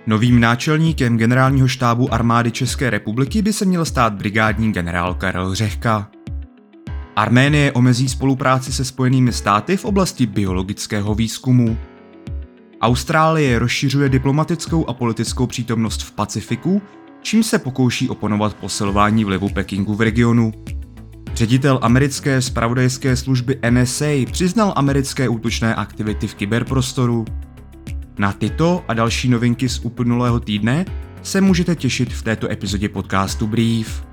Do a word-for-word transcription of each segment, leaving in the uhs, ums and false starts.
Novým náčelníkem generálního štábu armády České republiky by se měl stát brigádní generál Karel Řehka. Arménie omezí spolupráci se Spojenými státy v oblasti biologického výzkumu. Austrálie rozšiřuje diplomatickou a politickou přítomnost v Pacifiku, čím se pokouší oponovat posilování vlivu Pekingu v regionu. Ředitel americké zpravodajské služby N S A přiznal americké útočné aktivity v kyberprostoru. Na tyto a další novinky z uplynulého týdne se můžete těšit v této epizodě podcastu Brief.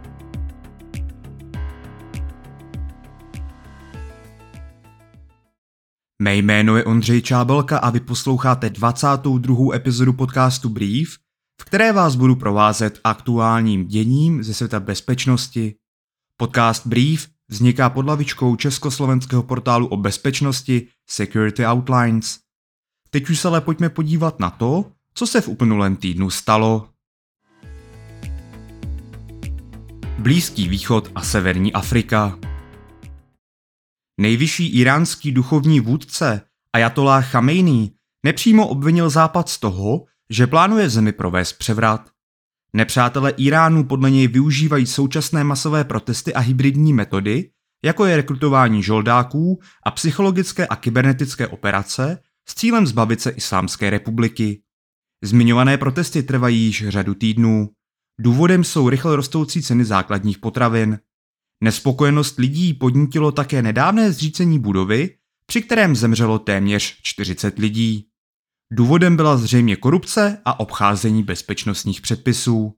Mé jméno je Ondřej Čábelka a vy posloucháte dvacátou druhou epizodu podcastu Brief, v které vás budu provázet aktuálním děním ze světa bezpečnosti. Podcast Brief vzniká pod hlavičkou československého portálu o bezpečnosti Security Outlines. Teď už se ale pojďme podívat na to, co se v uplynulém týdnu stalo. Blízký východ a severní Afrika. Nejvyšší íránský duchovní vůdce Ajatolláh Chamejní nepřímo obvinil Západ z toho, že plánuje zemi provést převrat. Nepřátelé Íránu podle něj využívají současné masové protesty a hybridní metody, jako je rekrutování žoldáků a psychologické a kybernetické operace s cílem zbavit se Islámské republiky. Zmiňované protesty trvají již řadu týdnů. Důvodem jsou rychle rostoucí ceny základních potravin. Nespokojenost lidí podnítilo také nedávné zřícení budovy, při kterém zemřelo téměř čtyřicet lidí. Důvodem byla zřejmě korupce a obcházení bezpečnostních předpisů.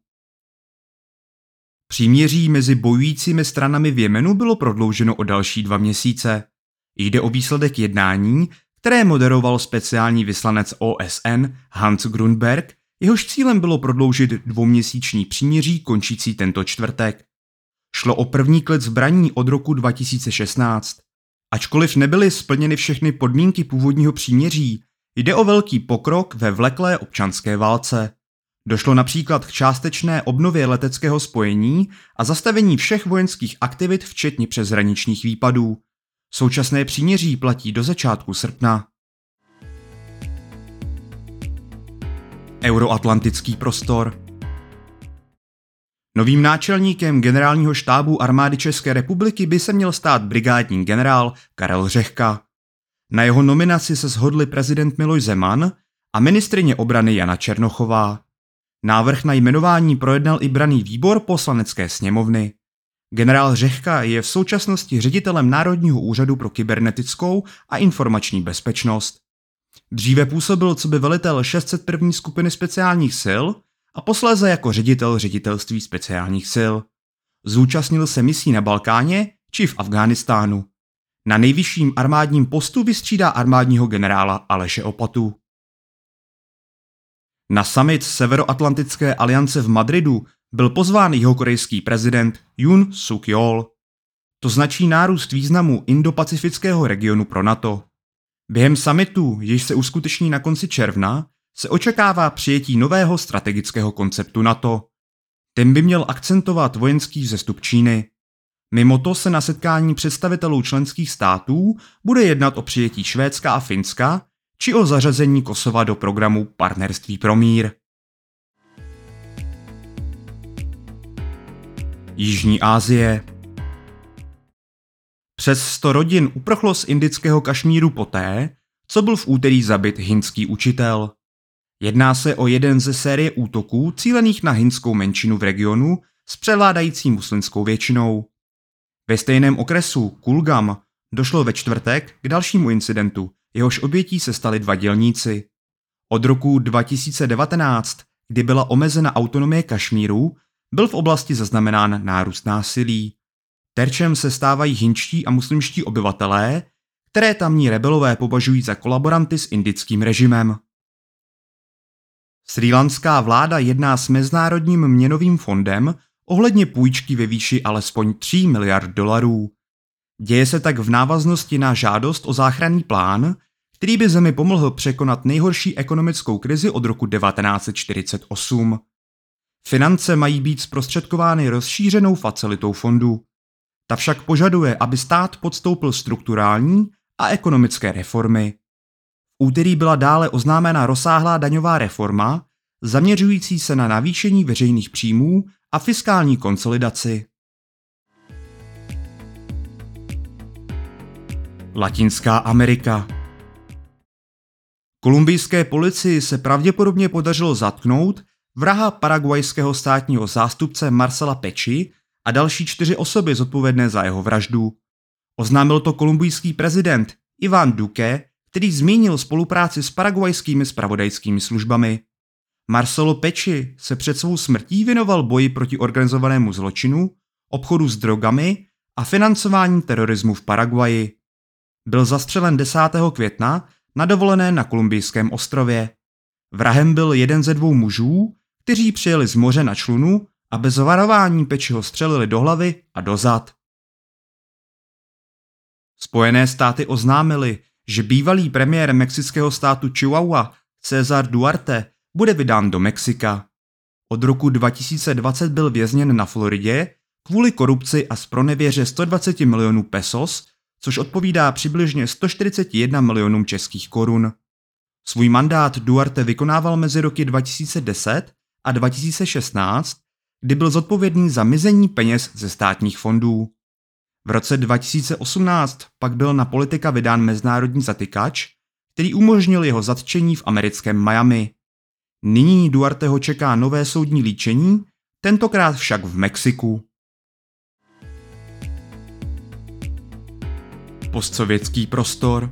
Příměří mezi bojujícími stranami v Jemenu bylo prodlouženo o další dva měsíce. Jde o výsledek jednání, které moderoval speciální vyslanec O S N Hans Grundberg, jehož cílem bylo prodloužit dvouměsíční příměří končící tento čtvrtek. Šlo o první klid zbraní od roku dva tisíce šestnáct. Ačkoliv nebyly splněny všechny podmínky původního příměří, jde o velký pokrok ve vleklé občanské válce. Došlo například k částečné obnově leteckého spojení a zastavení všech vojenských aktivit včetně přeshraničních výpadů. Současné příměří platí do začátku srpna. Euroatlantický prostor. Novým náčelníkem generálního štábu armády České republiky by se měl stát brigádní generál Karel Řehka. Na jeho nominaci se shodli prezident Miloš Zeman a ministryně obrany Jana Černochová. Návrh na jmenování projednal i branný výbor Poslanecké sněmovny. Generál Řehka je v současnosti ředitelem Národního úřadu pro kybernetickou a informační bezpečnost. Dříve působil coby velitel šest set první skupiny speciálních sil a posléze jako ředitel ředitelství speciálních sil. Zúčastnil se misí na Balkáně či v Afghánistánu. Na nejvyšším armádním postu vystřídá armádního generála Aleše Opatu. Na summit Severoatlantické aliance v Madridu byl pozván jihokorejský prezident Yoon Suk Yeol. To značí nárůst významu indopacifického regionu pro NATO. Během summitu, jež se uskuteční na konci června, se očekává přijetí nového strategického konceptu NATO. Ten by měl akcentovat vojenský vzestup Číny. Mimo to se na setkání představitelů členských států bude jednat o přijetí Švédska a Finska či o zařazení Kosova do programu Partnerství pro mír. Jižní Asie. Přes sto rodin uprchlo z indického Kašmíru poté, co byl v úterý zabit hindský učitel. Jedná se o jeden ze série útoků cílených na hindskou menšinu v regionu s převládající muslimskou většinou. Ve stejném okresu Kulgam došlo ve čtvrtek k dalšímu incidentu, jehož obětí se stali dva dělníci. Od roku dva tisíce devatenáct, kdy byla omezena autonomie Kašmíru, byl v oblasti zaznamenán nárůst násilí. Terčem se stávají hindští a muslimští obyvatelé, které tamní rebelové považují za kolaboranty s indickým režimem. Srílanská vláda jedná s Mezinárodním měnovým fondem ohledně půjčky ve výši alespoň tří miliard dolarů. Děje se tak v návaznosti na žádost o záchranný plán, který by zemi pomohl překonat nejhorší ekonomickou krizi od roku devatenáct set čtyřicet osm. Finance mají být zprostředkovány rozšířenou facilitou fondu. Ta však požaduje, aby stát podstoupil strukturální a ekonomické reformy. V úterý byla dále oznámena rozsáhlá daňová reforma, zaměřující se na navýšení veřejných příjmů a fiskální konsolidaci. Latinská Amerika. Kolumbijské policii se pravděpodobně podařilo zatknout vraha paraguajského státního zástupce Marcela Pechi a další čtyři osoby zodpovědné za jeho vraždu. Oznámil to kolumbijský prezident Iván Duque, který zmínil spolupráci s paraguajskými zpravodajskými službami. Marcelo Pechi se před svou smrtí věnoval boji proti organizovanému zločinu, obchodu s drogami a financování terorismu v Paraguaji. Byl zastřelen desátého května na dovolené na kolumbijském ostrově. Vrahem byl jeden ze dvou mužů, kteří přijeli z moře na člunu a bez varování Pečiho střelili do hlavy a do zad. Spojené státy oznámily, že bývalý premiér mexického státu Chihuahua César Duarte bude vydán do Mexika. Od roku dva tisíce dvacet byl vězněn na Floridě kvůli korupci a zpronevěře sto dvacet milionů pesos, což odpovídá přibližně sto čtyřicet jedna milionům českých korun. Svůj mandát Duarte vykonával mezi roky dva tisíce deset a dva tisíce šestnáct, kdy byl zodpovědný za mizení peněz ze státních fondů. V roce dva tisíce osmnáct pak byl na politika vydán mezinárodní zatykač, který umožnil jeho zatčení v americkém Miami. Nyní Duarteho čeká nové soudní líčení, tentokrát však v Mexiku. Postsovětský prostor.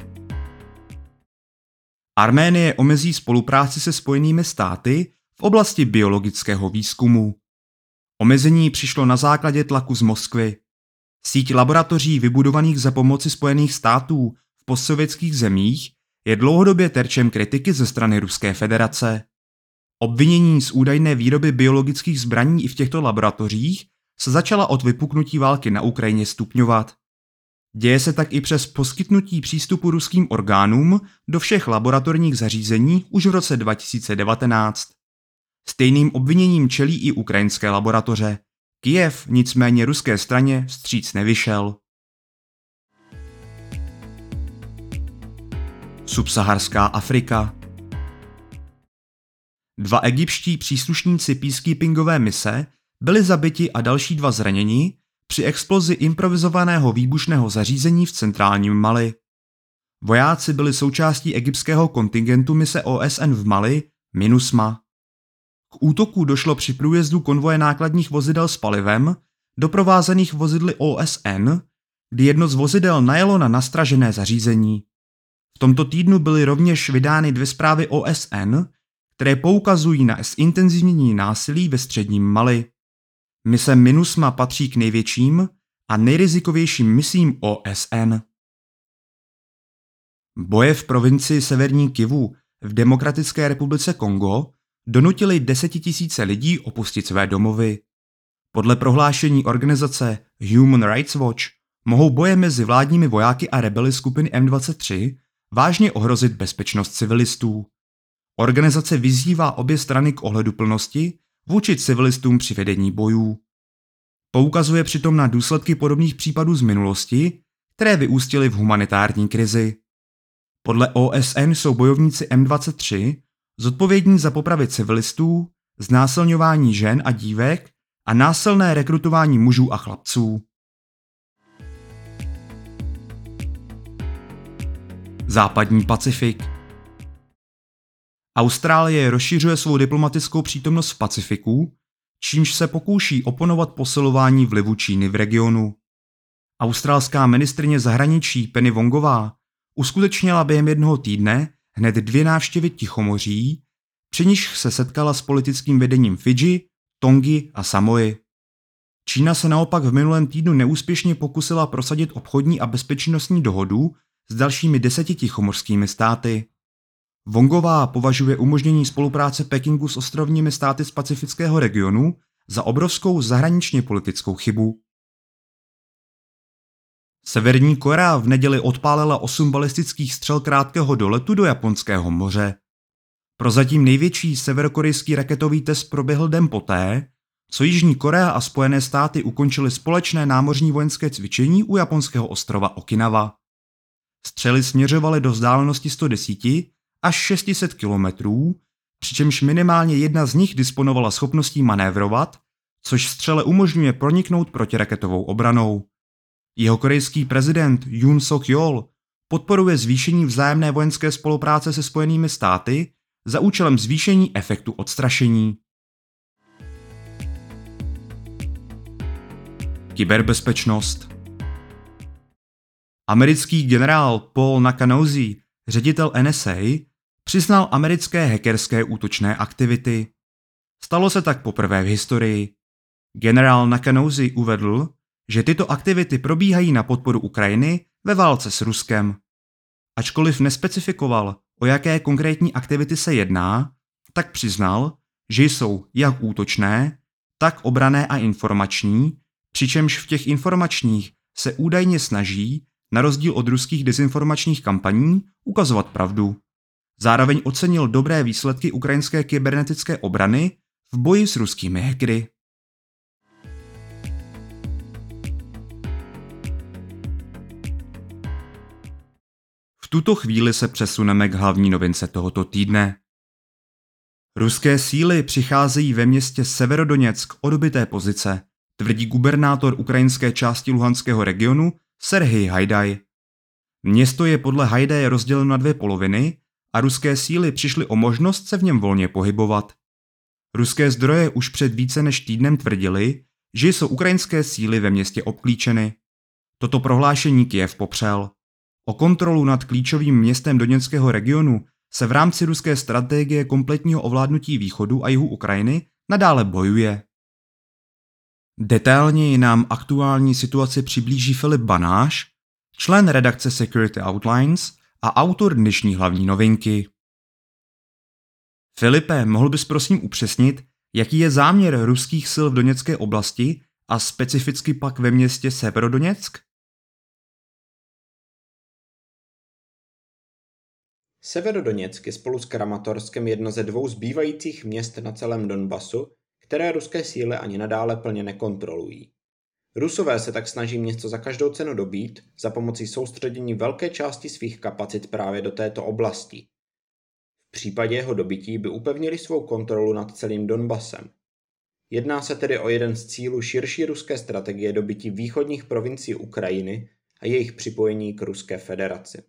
Arménie omezí spolupráci se Spojenými státy v oblasti biologického výzkumu. Omezení přišlo na základě tlaku z Moskvy. Síť laboratoří vybudovaných za pomoci Spojených států v postsovětských zemích je dlouhodobě terčem kritiky ze strany Ruské federace. Obvinění z údajné výroby biologických zbraní i v těchto laboratořích se začala od vypuknutí války na Ukrajině stupňovat. Děje se tak i přes poskytnutí přístupu ruským orgánům do všech laboratorních zařízení už v roce dva tisíce devatenáct. Stejným obviněním čelí i ukrajinské laboratoře. Kyjev nicméně ruské straně vstříc nevyšel. Subsaharská Afrika. Dva egyptští příslušníci peacekeepingové mise byli zabiti a další dva zraněni při explozi improvizovaného výbušného zařízení v centrálním Mali. Vojáci byli součástí egyptského kontingentu mise O S N v Mali MINUSMA. K útoku došlo při průjezdu konvoje nákladních vozidel s palivem, doprovázených vozidly O S N, kdy jedno z vozidel najelo na nastražené zařízení. V tomto týdnu byly rovněž vydány dvě zprávy O S N, které poukazují na zintenzivnění násilí ve středním Mali. Mise MINUSMA patří k největším a nejrizikovějším misím O S N. Boje v provincii Severní Kivu v Demokratické republice Kongo donutili desetitisíce lidí opustit své domovy. Podle prohlášení organizace Human Rights Watch mohou boje mezi vládními vojáky a rebely skupiny M dvacet tři vážně ohrozit bezpečnost civilistů. Organizace vyzývá obě strany k ohleduplnosti vůči civilistům při vedení bojů. Poukazuje přitom na důsledky podobných případů z minulosti, které vyústily v humanitární krizi. Podle O S N jsou bojovníci M dvacet tři zodpovědní za popravy civilistů, znásilňování žen a dívek a násilné rekrutování mužů a chlapců. Západní Pacifik. Austrálie rozšiřuje svou diplomatickou přítomnost v Pacifiku, čímž se pokouší oponovat posilování vlivu Číny v regionu. Australská ministryně zahraničí Penny Wongová uskutečnila během jednoho týdne hned dvě návštěvy Tichomoří, při nichž se setkala s politickým vedením Fidži, Tongy a Samoy. Čína se naopak v minulém týdnu neúspěšně pokusila prosadit obchodní a bezpečnostní dohodu s dalšími deseti tichomořskými státy. Wongová považuje umožnění spolupráce Pekingu s ostrovními státy z pacifického regionu za obrovskou zahraničně politickou chybu. Severní Korea v neděli odpálila osm balistických střel krátkého doletu do Japonského moře. Prozatím největší severokorejský raketový test proběhl den poté, co Jižní Korea a Spojené státy ukončily společné námořní vojenské cvičení u japonského ostrova Okinawa. Střely směřovaly do vzdálenosti sto deset až šest set kilometrů přičemž minimálně jedna z nich disponovala schopností manévrovat, což střele umožňuje proniknout protiraketovou obranou. Jeho korejský prezident Yoon Suk-yeol podporuje zvýšení vzájemné vojenské spolupráce se Spojenými státy za účelem zvýšení efektu odstrašení. Kyberbezpečnost. Americký generál Paul Nakanozi, ředitel N S A, přiznal americké hackerské útočné aktivity. Stalo se tak poprvé v historii. Generál Nakanozi uvedl, že tyto aktivity probíhají na podporu Ukrajiny ve válce s Ruskem. Ačkoliv nespecifikoval, o jaké konkrétní aktivity se jedná, tak přiznal, že jsou jak útočné, tak obranné a informační, přičemž v těch informačních se údajně snaží, na rozdíl od ruských dezinformačních kampaní, ukazovat pravdu. Zároveň ocenil dobré výsledky ukrajinské kybernetické obrany v boji s ruskými hackery. V tuto chvíli se přesuneme k hlavní novince tohoto týdne. Ruské síly přicházejí ve městě Severodoněck o dobyté pozice, tvrdí gubernátor ukrajinské části Luhanského regionu Serhij Hajdaj. Město je podle Hajdaje rozděleno na dvě poloviny a ruské síly přišly o možnost se v něm volně pohybovat. Ruské zdroje už před více než týdnem tvrdili, že jsou ukrajinské síly ve městě obklíčeny. Toto prohlášení Kyjev popřel. O kontrolu nad klíčovým městem Doněckého regionu se v rámci ruské strategie kompletního ovládnutí východu a jihu Ukrajiny nadále bojuje. Detailněji nám aktuální situaci přiblíží Filip Banáš, člen redakce Security Outlines a autor dnešní hlavní novinky. Filipe, mohl bys prosím upřesnit, jaký je záměr ruských sil v Doněcké oblasti a specificky pak ve městě Severodoněck? Severodoněck je spolu s Kramatorskem jedno ze dvou zbývajících měst na celém Donbasu, které ruské síly ani nadále plně nekontrolují. Rusové se tak snaží město za každou cenu dobít za pomocí soustředění velké části svých kapacit právě do této oblasti. V případě jeho dobytí by upevnili svou kontrolu nad celým Donbasem. Jedná se tedy o jeden z cílů širší ruské strategie dobytí východních provincií Ukrajiny a jejich připojení k Ruské federaci.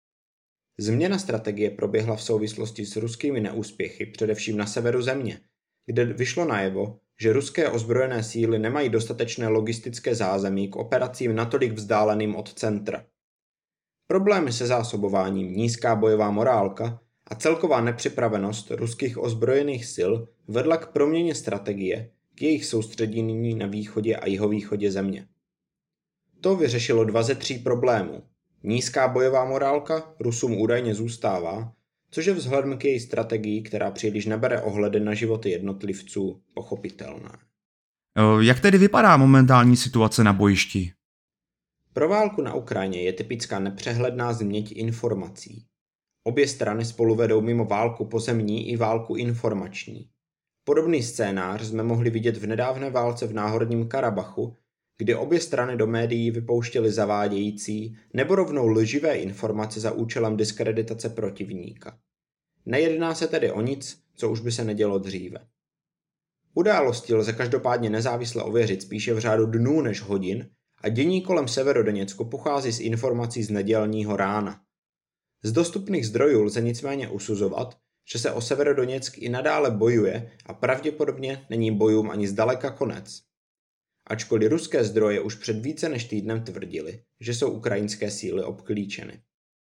Změna strategie proběhla v souvislosti s ruskými neúspěchy především na severu země, kde vyšlo najevo, že ruské ozbrojené síly nemají dostatečné logistické zázemí k operacím natolik vzdáleným od centra. Problémy se zásobováním, nízká bojová morálka a celková nepřipravenost ruských ozbrojených sil vedla k proměně strategie k jejich soustředění na východě a jihovýchodě země. To vyřešilo dva ze tří problémů. Nízká bojová morálka Rusům údajně zůstává, což je vzhledem k její strategii, která příliš nebere ohledy na životy jednotlivců, pochopitelné. Jak tedy vypadá momentální situace na bojišti? Pro válku na Ukrajině je typická nepřehledná změť informací. Obě strany spolu vedou mimo válku pozemní i válku informační. Podobný scénář jsme mohli vidět v nedávné válce v Náhorním Karabachu, kdy obě strany do médií vypouštěly zavádějící nebo rovnou lživé informace za účelem diskreditace protivníka. Nejedná se tedy o nic, co už by se nedělo dříve. Události lze každopádně nezávisle ověřit spíše v řádu dnů než hodin a dění kolem Severodoněcku pochází z informací z nedělního rána. Z dostupných zdrojů lze nicméně usuzovat, že se o Severodoněck i nadále bojuje a pravděpodobně není bojům ani zdaleka konec. Ačkoliv ruské zdroje už před více než týdnem tvrdili, že jsou ukrajinské síly obklíčeny.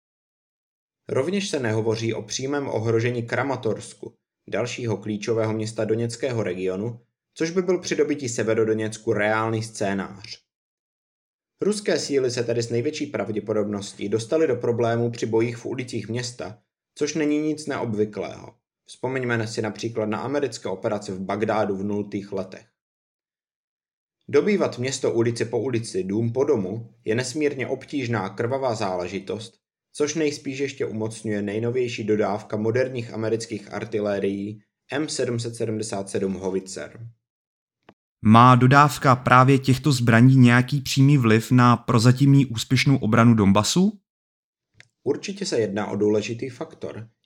Rovněž se nehovoří o přímém ohrožení Kramatorsku, dalšího klíčového města Doněckého regionu, což by byl při dobytí Severodoněcku reálný scénář. Ruské síly se tedy s největší pravděpodobností dostaly do problémů při bojích v ulicích města, což není nic neobvyklého. Vzpomeňme si například na americké operace v Bagdádu v nultých letech. Dobývat město ulici po ulici, dům po domu je nesmírně obtížná krvavá záležitost, což nejspíš ještě umocňuje nejnovější dodávka moderních amerických artilérií M sedm set sedmdesát sedm Howitzer. Má dodávka právě těchto zbraní nějaký přímý vliv na prozatímní úspěšnou obranu Donbasu? Určitě se jedná o důležitý faktor,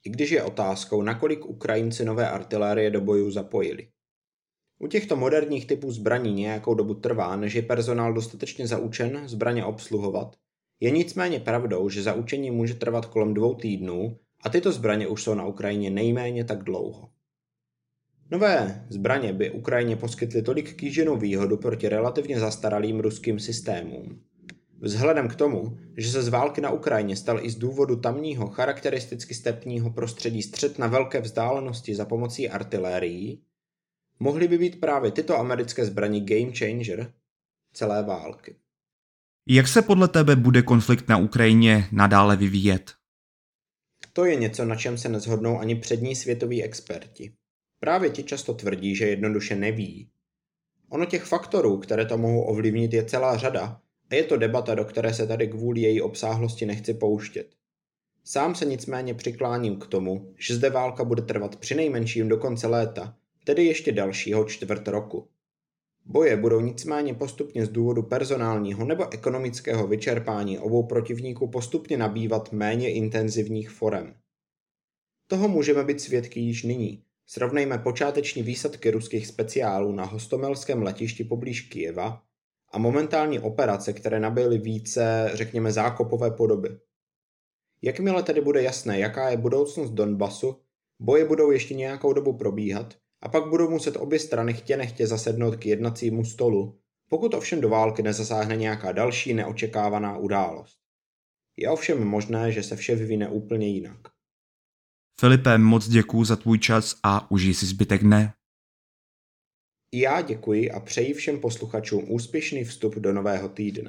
i když je otázkou, nakolik Ukrajinci nové artilérie do bojů zapojili. U těchto moderních typů zbraní nějakou dobu trvá, než je personál dostatečně zaučen zbraně obsluhovat. Je nicméně pravdou, že zaučení může trvat kolem dvou týdnů a tyto zbraně už jsou na Ukrajině nejméně tak dlouho. Nové zbraně by Ukrajině poskytly tolik kýženou výhodu proti relativně zastaralým ruským systémům. Vzhledem k tomu, že se z války na Ukrajině stal i z důvodu tamního charakteristicky stepního prostředí střet na velké vzdálenosti za pomocí artilérií, mohly by být právě tyto americké zbraně game changer celé války. Jak se podle tebe bude konflikt na Ukrajině nadále vyvíjet? To je něco, na čem se neshodnou ani přední světoví experti. Právě ti často tvrdí, že jednoduše neví. Ono těch faktorů, které to mohou ovlivnit, je celá řada a je to debata, do které se tady kvůli její obsáhlosti nechci pouštět. Sám se nicméně přikláním k tomu, že zde válka bude trvat přinejmenším do konce léta, tedy ještě dalšího čtvrt roku. Boje budou nicméně postupně z důvodu personálního nebo ekonomického vyčerpání obou protivníků postupně nabývat méně intenzivních forem. Toho můžeme být svědky již nyní. Srovnejme počáteční výsadky ruských speciálů na Hostomelském letišti poblíž Kyjeva a momentální operace, které nabyly více, řekněme, zákopové podoby. Jakmile tedy bude jasné, jaká je budoucnost Donbasu, boje budou ještě nějakou dobu probíhat a pak budou muset obě strany chtě nechtě zasednout k jednacímu stolu, pokud ovšem do války nezasáhne nějaká další neočekávaná událost. Je ovšem možné, že se vše vyvine úplně jinak. Filipe, moc děkuju za tvůj čas a užij si zbytek dne. I já děkuji a přeji všem posluchačům úspěšný vstup do nového týdne.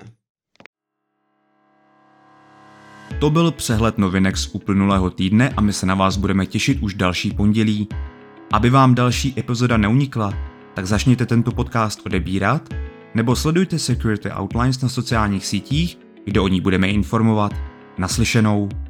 To byl přehled novinek z uplynulého týdne a my se na vás budeme těšit už další pondělí. Aby vám další epizoda neunikla, tak začněte tento podcast odebírat nebo sledujte Security Outlines na sociálních sítích, kde o ní budeme informovat. Naslyšenou.